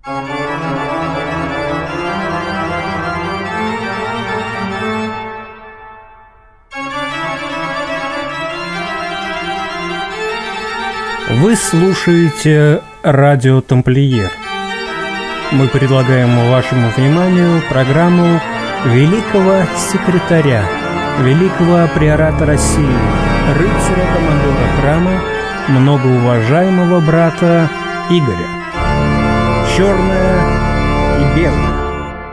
Вы слушаете радио «Тамплиер». Мы предлагаем вашему вниманию программу великого секретаря, великого приората России, рыцаря-командора храма, многоуважаемого брата Игоря. Черное и белое.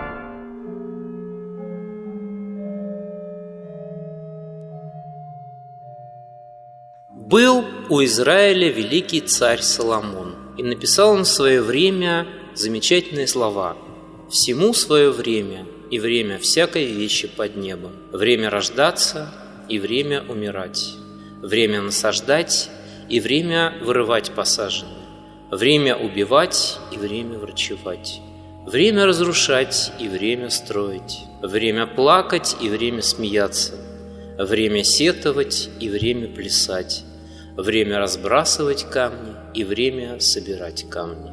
Был у Израиля великий царь Соломон, и написал он в свое время замечательные слова: «Всему свое время, и время всякой вещи под небом, время рождаться и время умирать, время насаждать и время вырывать посаженное, время убивать и время врачевать, время разрушать и время строить, время плакать и время смеяться, время сетовать и время плясать, время разбрасывать камни и время собирать камни».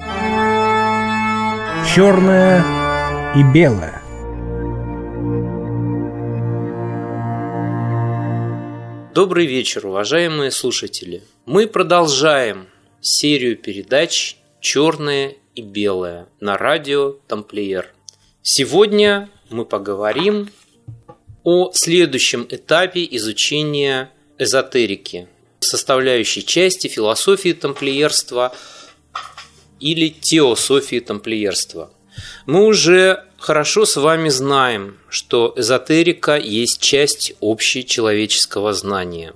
Черное и белое. Добрый вечер, уважаемые слушатели. Мы продолжаем серию передач «Черное и белое» на радио «Тамплиер». Сегодня мы поговорим о следующем этапе изучения эзотерики, составляющей части философии тамплиерства или теософии тамплиерства. Мы уже хорошо с вами знаем, что эзотерика есть часть общечеловеческого знания.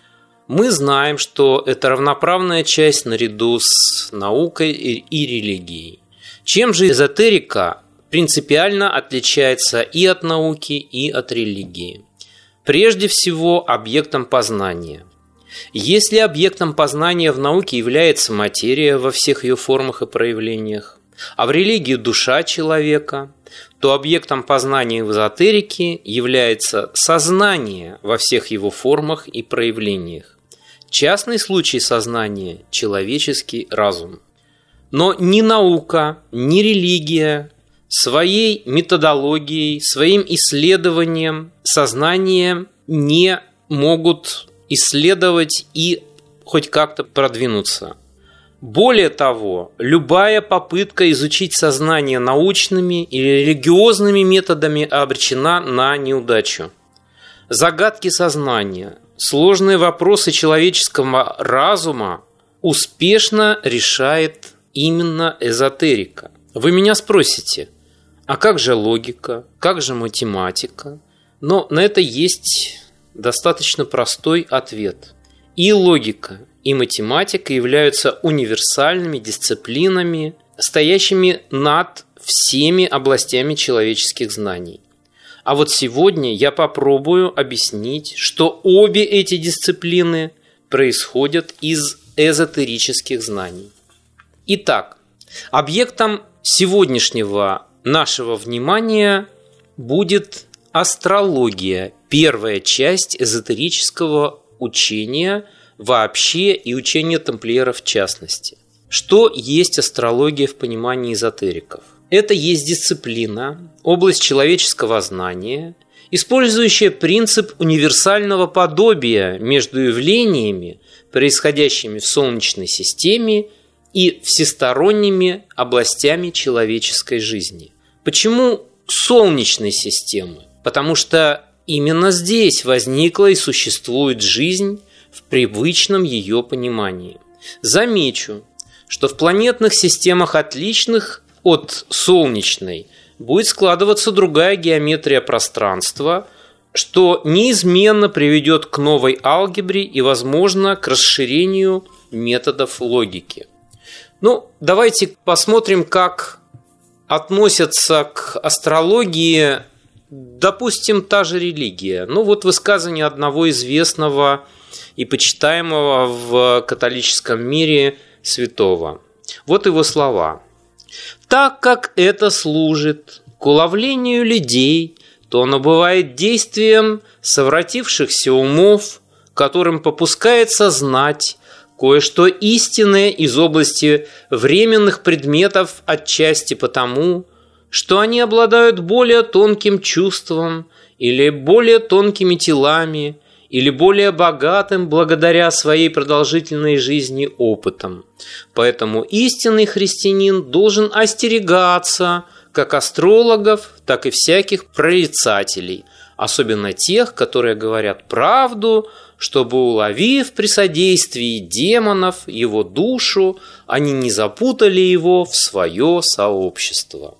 Мы знаем, что это равноправная часть наряду с наукой и религией. Чем же эзотерика принципиально отличается и от науки, и от религии? Прежде всего, объектом познания. Если объектом познания в науке является материя во всех ее формах и проявлениях, а в религии душа человека, то объектом познания в эзотерике является сознание во всех его формах и проявлениях. Частный случай сознания – человеческий разум. Но ни наука, ни религия своей методологией, своим исследованием сознание не могут исследовать и хоть как-то продвинуться. Более того, любая попытка изучить сознание научными или религиозными методами обречена на неудачу. Загадки сознания, сложные вопросы человеческого разума успешно решает именно эзотерика. Вы меня спросите, а как же логика, как же математика? Но на это есть достаточно простой ответ. И логика, и математика являются универсальными дисциплинами, стоящими над всеми областями человеческих знаний. А вот сегодня я попробую объяснить, что обе эти дисциплины происходят из эзотерических знаний. Итак, объектом сегодняшнего нашего внимания будет астрология, первая часть эзотерического учения вообще и учения тамплиеров в частности. Что есть астрология в понимании эзотериков? Это есть дисциплина, область человеческого знания, использующая принцип универсального подобия между явлениями, происходящими в Солнечной системе, и всесторонними областями человеческой жизни. Почему Солнечной системы? Потому что именно здесь возникла и существует жизнь в привычном ее понимании. Замечу, что в планетных системах, отличных от Солнечной, будет складываться другая геометрия пространства, что неизменно приведет к новой алгебре и, возможно, к расширению методов логики. Давайте посмотрим, как относятся к астрологии, допустим, та же религия. Высказывание одного известного и почитаемого в католическом мире святого. Вот его слова. «Так как это служит к уловлению людей, то оно бывает действием совратившихся умов, которым попускается знать, кое-что истинное из области временных предметов отчасти потому, что они обладают более тонким чувством или более тонкими телами, или более богатым благодаря своей продолжительной жизни опытом. Поэтому истинный христианин должен остерегаться как астрологов, так и всяких прорицателей, особенно тех, которые говорят правду, чтобы, уловив при содействии демонов его душу, они не запутали его в свое сообщество.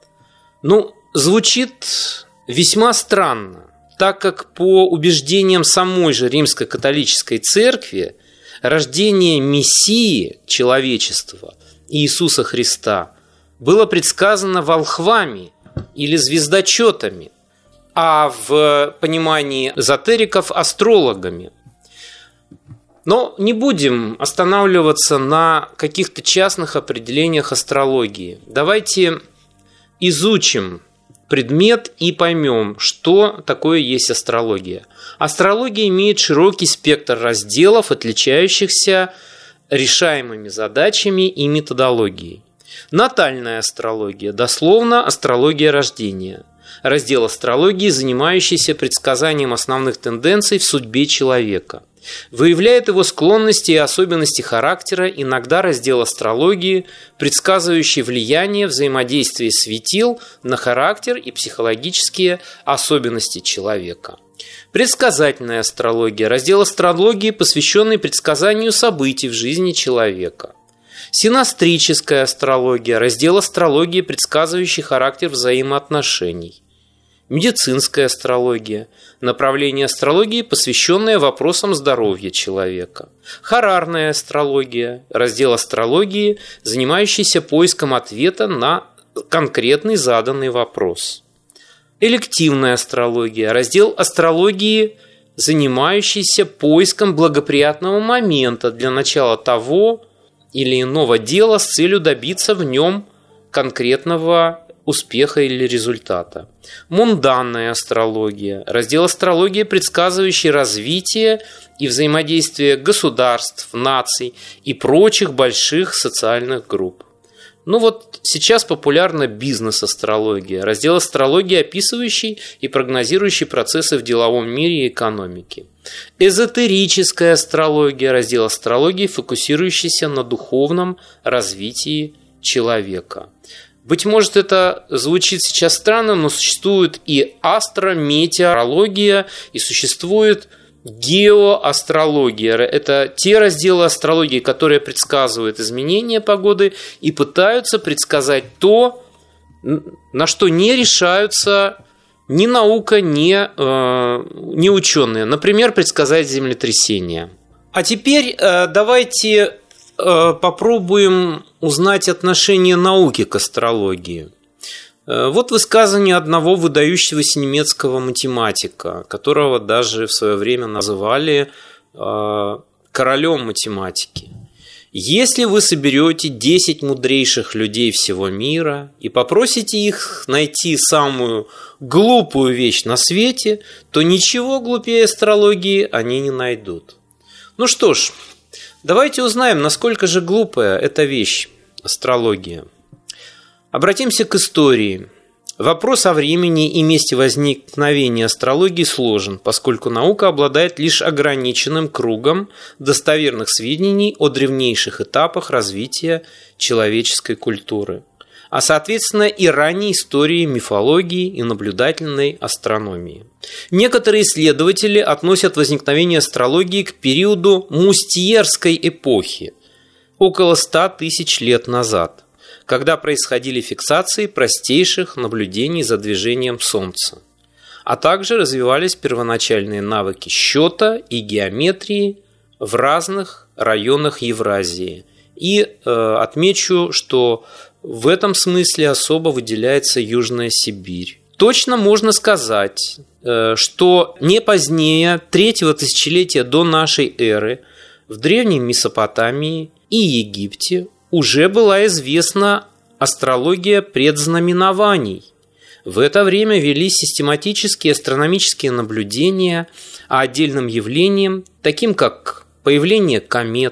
Звучит весьма странно, так как по убеждениям самой же Римской католической церкви рождение Мессии человечества Иисуса Христа было предсказано волхвами или звездочетами, а в понимании эзотериков – астрологами. Но не будем останавливаться на каких-то частных определениях астрологии. Давайте изучим предмет и поймем, что такое есть астрология. Астрология имеет широкий спектр разделов, отличающихся решаемыми задачами и методологией. Натальная астрология, дословно астрология рождения. Раздел астрологии, занимающийся предсказанием основных тенденций в судьбе человека. Выявляет его склонности и особенности характера, иногда раздел астрологии, предсказывающий влияние взаимодействия светил на характер и психологические особенности человека. Предсказательная астрология, раздел астрологии, посвященный предсказанию событий в жизни человека. Синастрическая астрология, раздел астрологии, предсказывающий характер взаимоотношений. Медицинская астрология, направление астрологии, посвященное вопросам здоровья человека. Хорарная астрология, раздел астрологии, занимающийся поиском ответа на конкретный заданный вопрос. Элективная астрология, раздел астрологии, занимающийся поиском благоприятного момента для начала того или иного дела с целью добиться в нем конкретного успеха или результата. Мунданная астрология, раздел астрологии, предсказывающий развитие и взаимодействие государств, наций и прочих больших социальных групп. Сейчас популярна бизнес-астрология, раздел астрологии, описывающий и прогнозирующий процессы в деловом мире и экономике. Эзотерическая астрология, раздел астрологии, фокусирующийся на духовном развитии человека. Быть может, это звучит сейчас странно, но существует и астрометеорология, и существует геоастрология. Это те разделы астрологии, которые предсказывают изменения погоды и пытаются предсказать то, на что не решаются ни наука, ни ученые. Например, предсказать землетрясение. А теперь давайте попробуем узнать отношение науки к астрологии. Вот высказывание одного выдающегося немецкого математика, которого даже в свое время называли королем математики. Если вы соберете 10 мудрейших людей всего мира и попросите их найти самую глупую вещь на свете, то ничего глупее астрологии они не найдут. Что ж, давайте узнаем, насколько же глупая эта вещь – астрология. Обратимся к истории. Вопрос о времени и месте возникновения астрологии сложен, поскольку наука обладает лишь ограниченным кругом достоверных сведений о древнейших этапах развития человеческой культуры, а соответственно и ранней истории мифологии и наблюдательной астрономии. Некоторые исследователи относят возникновение астрологии к периоду Мустьерской эпохи, около 100 тысяч лет назад, когда происходили фиксации простейших наблюдений за движением Солнца, а также развивались первоначальные навыки счета и геометрии в разных районах Евразии. И отмечу, что в этом смысле особо выделяется Южная Сибирь. Точно можно сказать, что не позднее 3-го тысячелетия до нашей эры в древней Месопотамии и Египте уже была известна астрология предзнаменований. В это время велись систематические астрономические наблюдения о отдельным явлениям, таким как появление комет,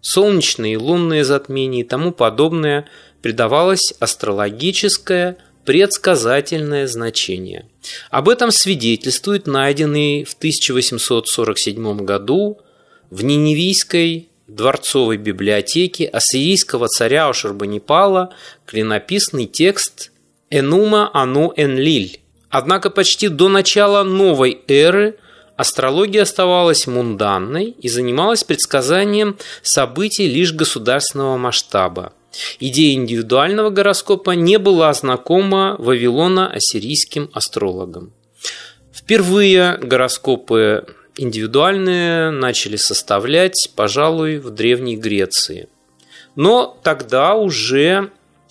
солнечные и лунные затмения и тому подобное придавалось астрологическое предсказательное значение. Об этом свидетельствует найденный в 1847 году в Ниневийской дворцовой библиотеке ассирийского царя Ашурбанипала клинописный текст «Энума Ану Энлиль». Однако почти до начала новой эры астрология оставалась мунданной и занималась предсказанием событий лишь государственного масштаба. Идея индивидуального гороскопа не была знакома вавилоно-ассирийским астрологам. Впервые гороскопы индивидуальные начали составлять, пожалуй, в Древней Греции. Но тогда уже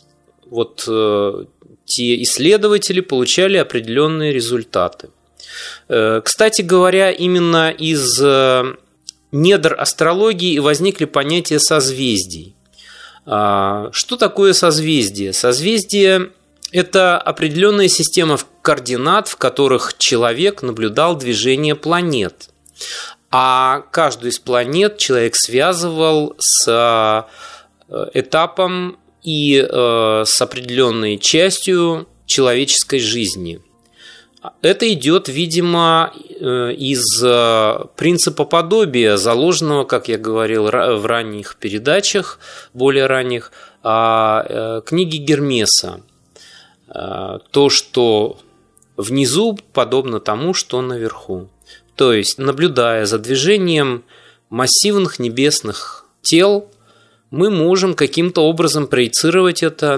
те исследователи получали определенные результаты. Кстати говоря, именно из недр астрологии возникли понятия созвездий. Что такое созвездие? Созвездие – это определенная система координат, в которых человек наблюдал движение планет. А каждую из планет человек связывал с этапом и с определенной частью человеческой жизни. Это идет, видимо, из принципа подобия, заложенного, как я говорил в ранних передачах, более ранних, книги Гермеса. То, что внизу, подобно тому, что наверху. То есть, наблюдая за движением массивных небесных тел, мы можем каким-то образом проецировать это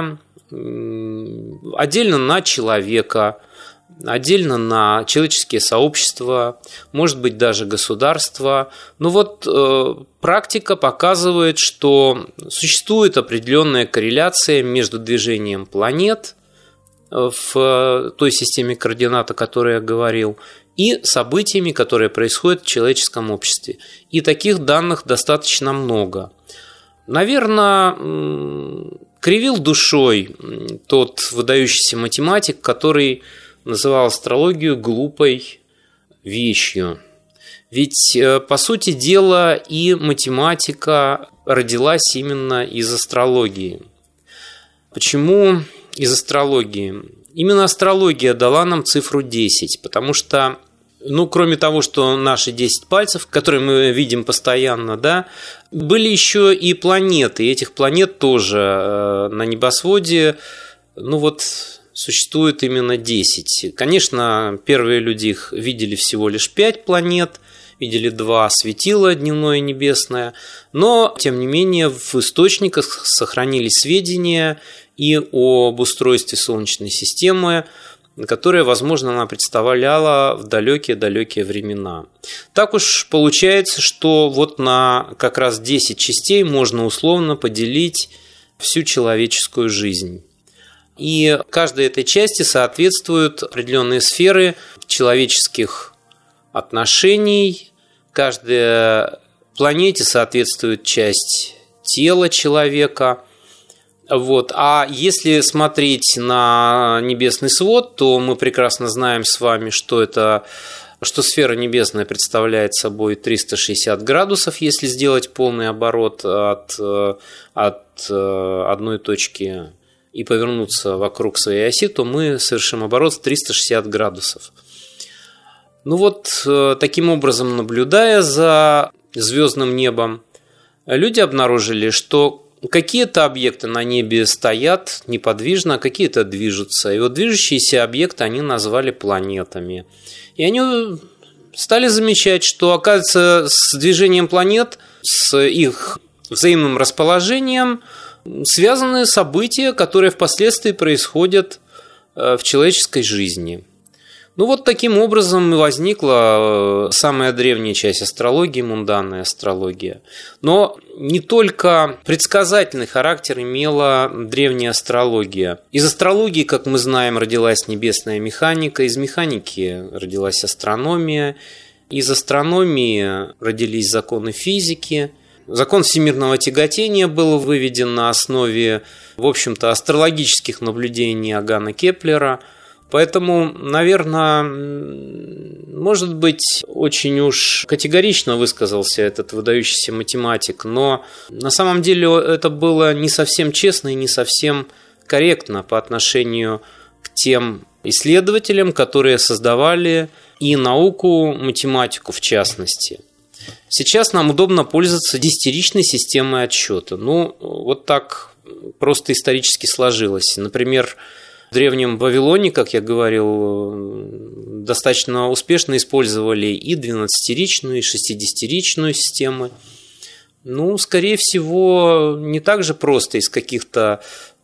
отдельно на человека, отдельно на человеческие сообщества, может быть, даже государства. Но практика показывает, что существует определенная корреляция между движением планет в той системе координат, о которой я говорил, и событиями, которые происходят в человеческом обществе. И таких данных достаточно много. Наверное, кривил душой тот выдающийся математик, который называл астрологию глупой вещью. Ведь, по сути дела, и математика родилась именно из астрологии. Почему из астрологии? Именно астрология дала нам цифру 10, потому что, кроме того, что наши 10 пальцев, которые мы видим постоянно, да, были еще и планеты, и этих планет тоже на небосводе, существует именно 10. Конечно, первые люди их видели всего лишь 5 планет, видели 2 светила, дневное и небесное, но, тем не менее, в источниках сохранились сведения и об устройстве Солнечной системы, которое, возможно, она представляла в далекие-далекие времена. Так уж получается, что на как раз 10 частей можно условно поделить всю человеческую жизнь. И каждой этой части соответствуют определенные сферы человеческих отношений. Каждой планете соответствует часть тела человека. А если смотреть на небесный свод, то мы прекрасно знаем с вами, что сфера небесная представляет собой 360 градусов, если сделать полный оборот от одной точки и повернуться вокруг своей оси, то мы совершим оборот в 360 градусов. Таким образом, наблюдая за звездным небом, люди обнаружили, что какие-то объекты на небе стоят неподвижно, а какие-то движутся. И движущиеся объекты они назвали планетами. И они стали замечать, что, оказывается, с движением планет, с их взаимным расположением связаны события, которые впоследствии происходят в человеческой жизни. Таким образом и возникла самая древняя часть астрологии, мунданная астрология. Но не только предсказательный характер имела древняя астрология. Из астрологии, как мы знаем, родилась небесная механика, из механики родилась астрономия, из астрономии родились законы физики. Закон всемирного тяготения был выведен на основе, в общем-то, астрологических наблюдений Иоганна Кеплера. Поэтому, наверное, может быть, очень уж категорично высказался этот выдающийся математик, но на самом деле это было не совсем честно и не совсем корректно по отношению к тем исследователям, которые создавали и науку, математику в частности. Сейчас нам удобно пользоваться десятиричной системой отсчета. Вот так просто исторически сложилось. Например, в Древнем Вавилоне, как я говорил, достаточно успешно использовали и 12-ричную, и 60-ричную системы. Скорее всего, не так же просто из каких-то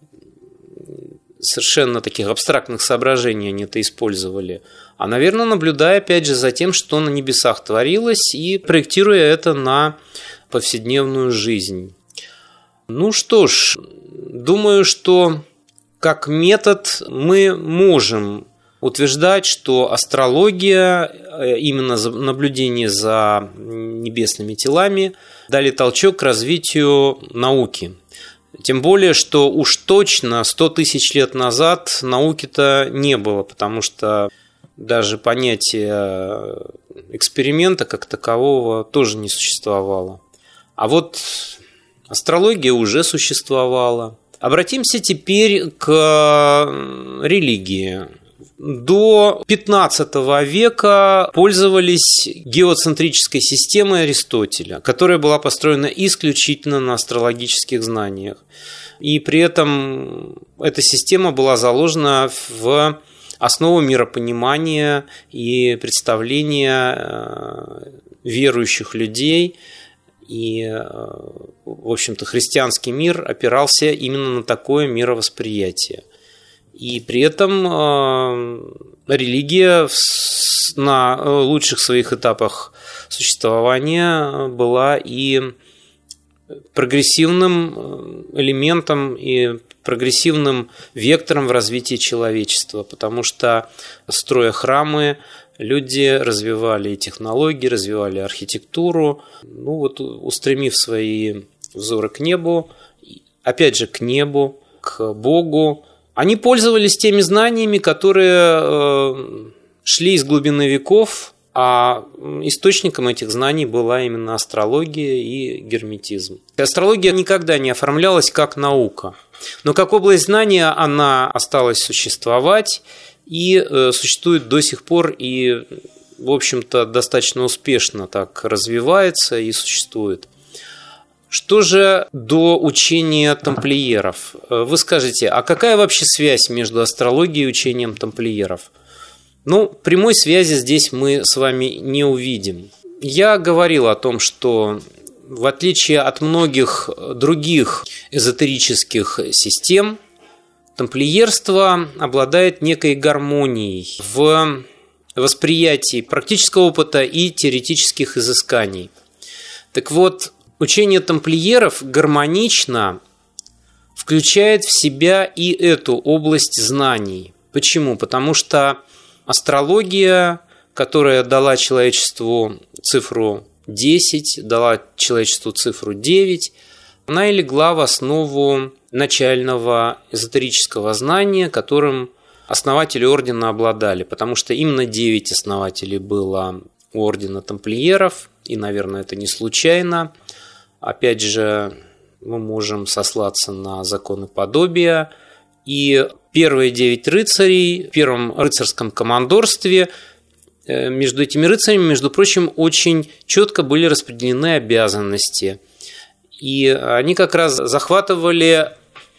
совершенно таких абстрактных соображений они это использовали, а, наверное, наблюдая, опять же, за тем, что на небесах творилось, и проектируя это на повседневную жизнь. Что ж, думаю, что как метод мы можем утверждать, что астрология, именно наблюдение за небесными телами, дали толчок к развитию науки. Тем более, что уж точно 100 тысяч лет назад науки-то не было, потому что даже понятия эксперимента как такового тоже не существовало. А вот астрология уже существовала. Обратимся теперь к религии. До 15 века пользовались геоцентрической системой Аристотеля, которая была построена исключительно на астрологических знаниях. И при этом эта система была заложена в основу миропонимания и представления верующих людей. И, в общем-то, христианский мир опирался именно на такое мировосприятие. И при этом религия на лучших своих этапах существования была и прогрессивным элементом, и прогрессивным вектором в развитии человечества, потому что, строя храмы, люди развивали технологии, развивали архитектуру, устремив свои взоры к небу, опять же, к небу, к Богу. Они пользовались теми знаниями, которые шли из глубины веков, а источником этих знаний была именно астрология и герметизм. Астрология никогда не оформлялась как наука, но как область знания она осталась существовать и существует до сих пор и, в общем-то, достаточно успешно так развивается и существует. Что же до учения тамплиеров? Вы скажете, а какая вообще связь между астрологией и учением тамплиеров? Прямой связи здесь мы с вами не увидим. Я говорил о том, что в отличие от многих других эзотерических систем, тамплиерство обладает некой гармонией в восприятии практического опыта и теоретических изысканий. Так вот, учение тамплиеров гармонично включает в себя и эту область знаний. Почему? Потому что астрология, которая дала человечеству цифру 10, дала человечеству цифру 9, она и легла в основу начального эзотерического знания, которым основатели ордена обладали, потому что именно 9 основателей было у ордена тамплиеров, и, наверное, это не случайно. Опять же, мы можем сослаться на законы подобия. И первые 9 рыцарей в первом рыцарском командорстве, между этими рыцарями, между прочим, очень четко были распределены обязанности. И они как раз захватывали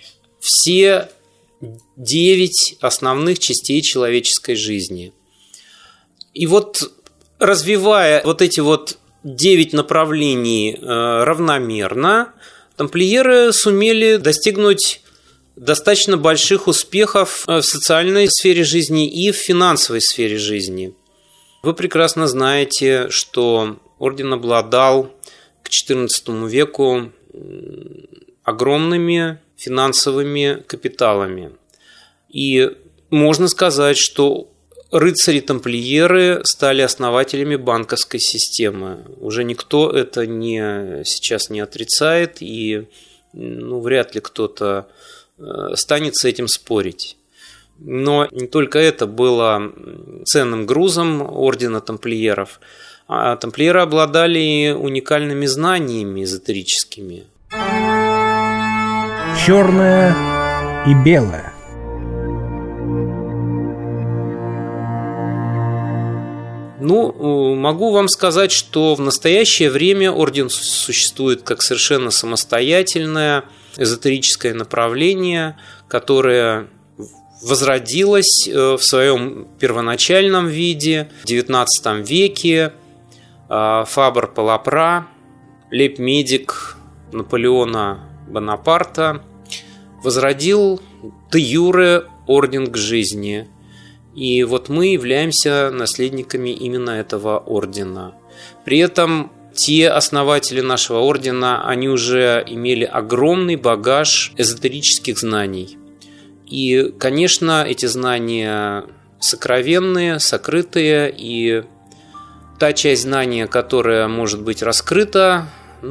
все 9 основных частей человеческой жизни. И развивая эти 9 направлений равномерно, тамплиеры сумели достигнуть достаточно больших успехов в социальной сфере жизни и в финансовой сфере жизни. Вы прекрасно знаете, что орден обладал к XIV веку огромными финансовыми капиталами. И можно сказать, что рыцари-тамплиеры стали основателями банковской системы. Уже никто это сейчас не отрицает, и вряд ли кто-то станет с этим спорить. Но не только это было ценным грузом ордена тамплиеров, а тамплиеры обладали уникальными знаниями эзотерическими. Черное и белое. Могу вам сказать, что в настоящее время орден существует как совершенно самостоятельное эзотерическое направление, которое возродилось в своем первоначальном виде в XIX веке. Фабр-Палапра, лейб-медик Наполеона Бонапарта, возродил де-юре орден к жизни. И вот мы являемся наследниками именно этого ордена. При этом те основатели нашего ордена, они уже имели огромный багаж эзотерических знаний. И, конечно, эти знания сокровенные, сокрытые, и та часть знания, которая может быть раскрыта,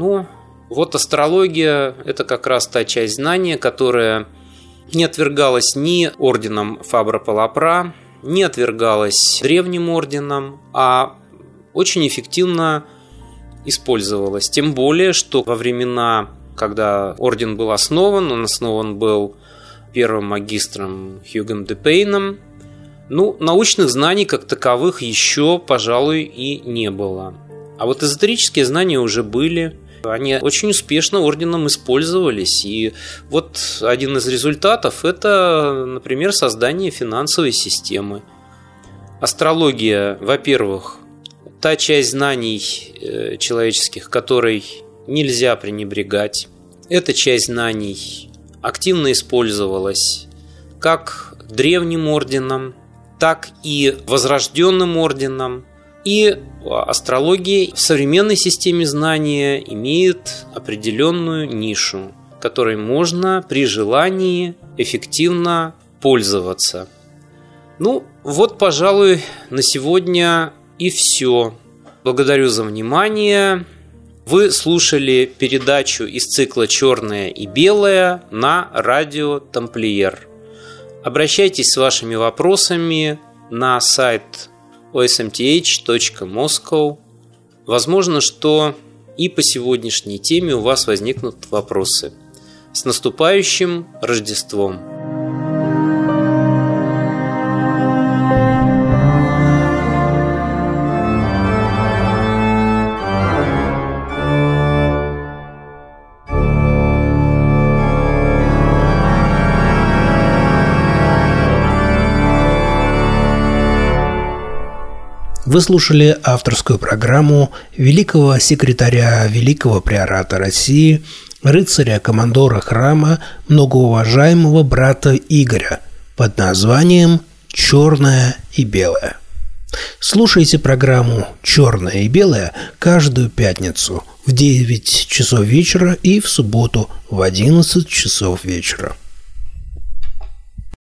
вот астрология – это как раз та часть знания, которая не отвергалась ни орденом Фабра-Палапра, не отвергалась древним орденом, а очень эффективно использовалась. Тем более, что во времена, когда орден был основан, он основан был первым магистром Хьюгом де Пейном, научных знаний как таковых еще, пожалуй, и не было. А вот эзотерические знания уже были. Они очень успешно орденом использовались. И вот один из результатов – это, например, создание финансовой системы. Астрология, во-первых, та часть знаний человеческих, которой нельзя пренебрегать. Эта часть знаний активно использовалась как древним орденом, так и возрожденным орденом. И астрология в современной системе знания имеет определенную нишу, которой можно при желании эффективно пользоваться. Вот, пожалуй, на сегодня и все. Благодарю за внимание. Вы слушали передачу из цикла «Черное и белое» на радио «Тамплиер». Обращайтесь с вашими вопросами на сайт osmth.moscow. Возможно, что и по сегодняшней теме у вас возникнут вопросы. С наступающим Рождеством! Вы слушали авторскую программу великого секретаря Великого Приората России, рыцаря-командора храма, многоуважаемого брата Игоря под названием «Черное и белое». Слушайте программу «Черное и белое» каждую пятницу в 9 часов вечера и в субботу в 11 часов вечера.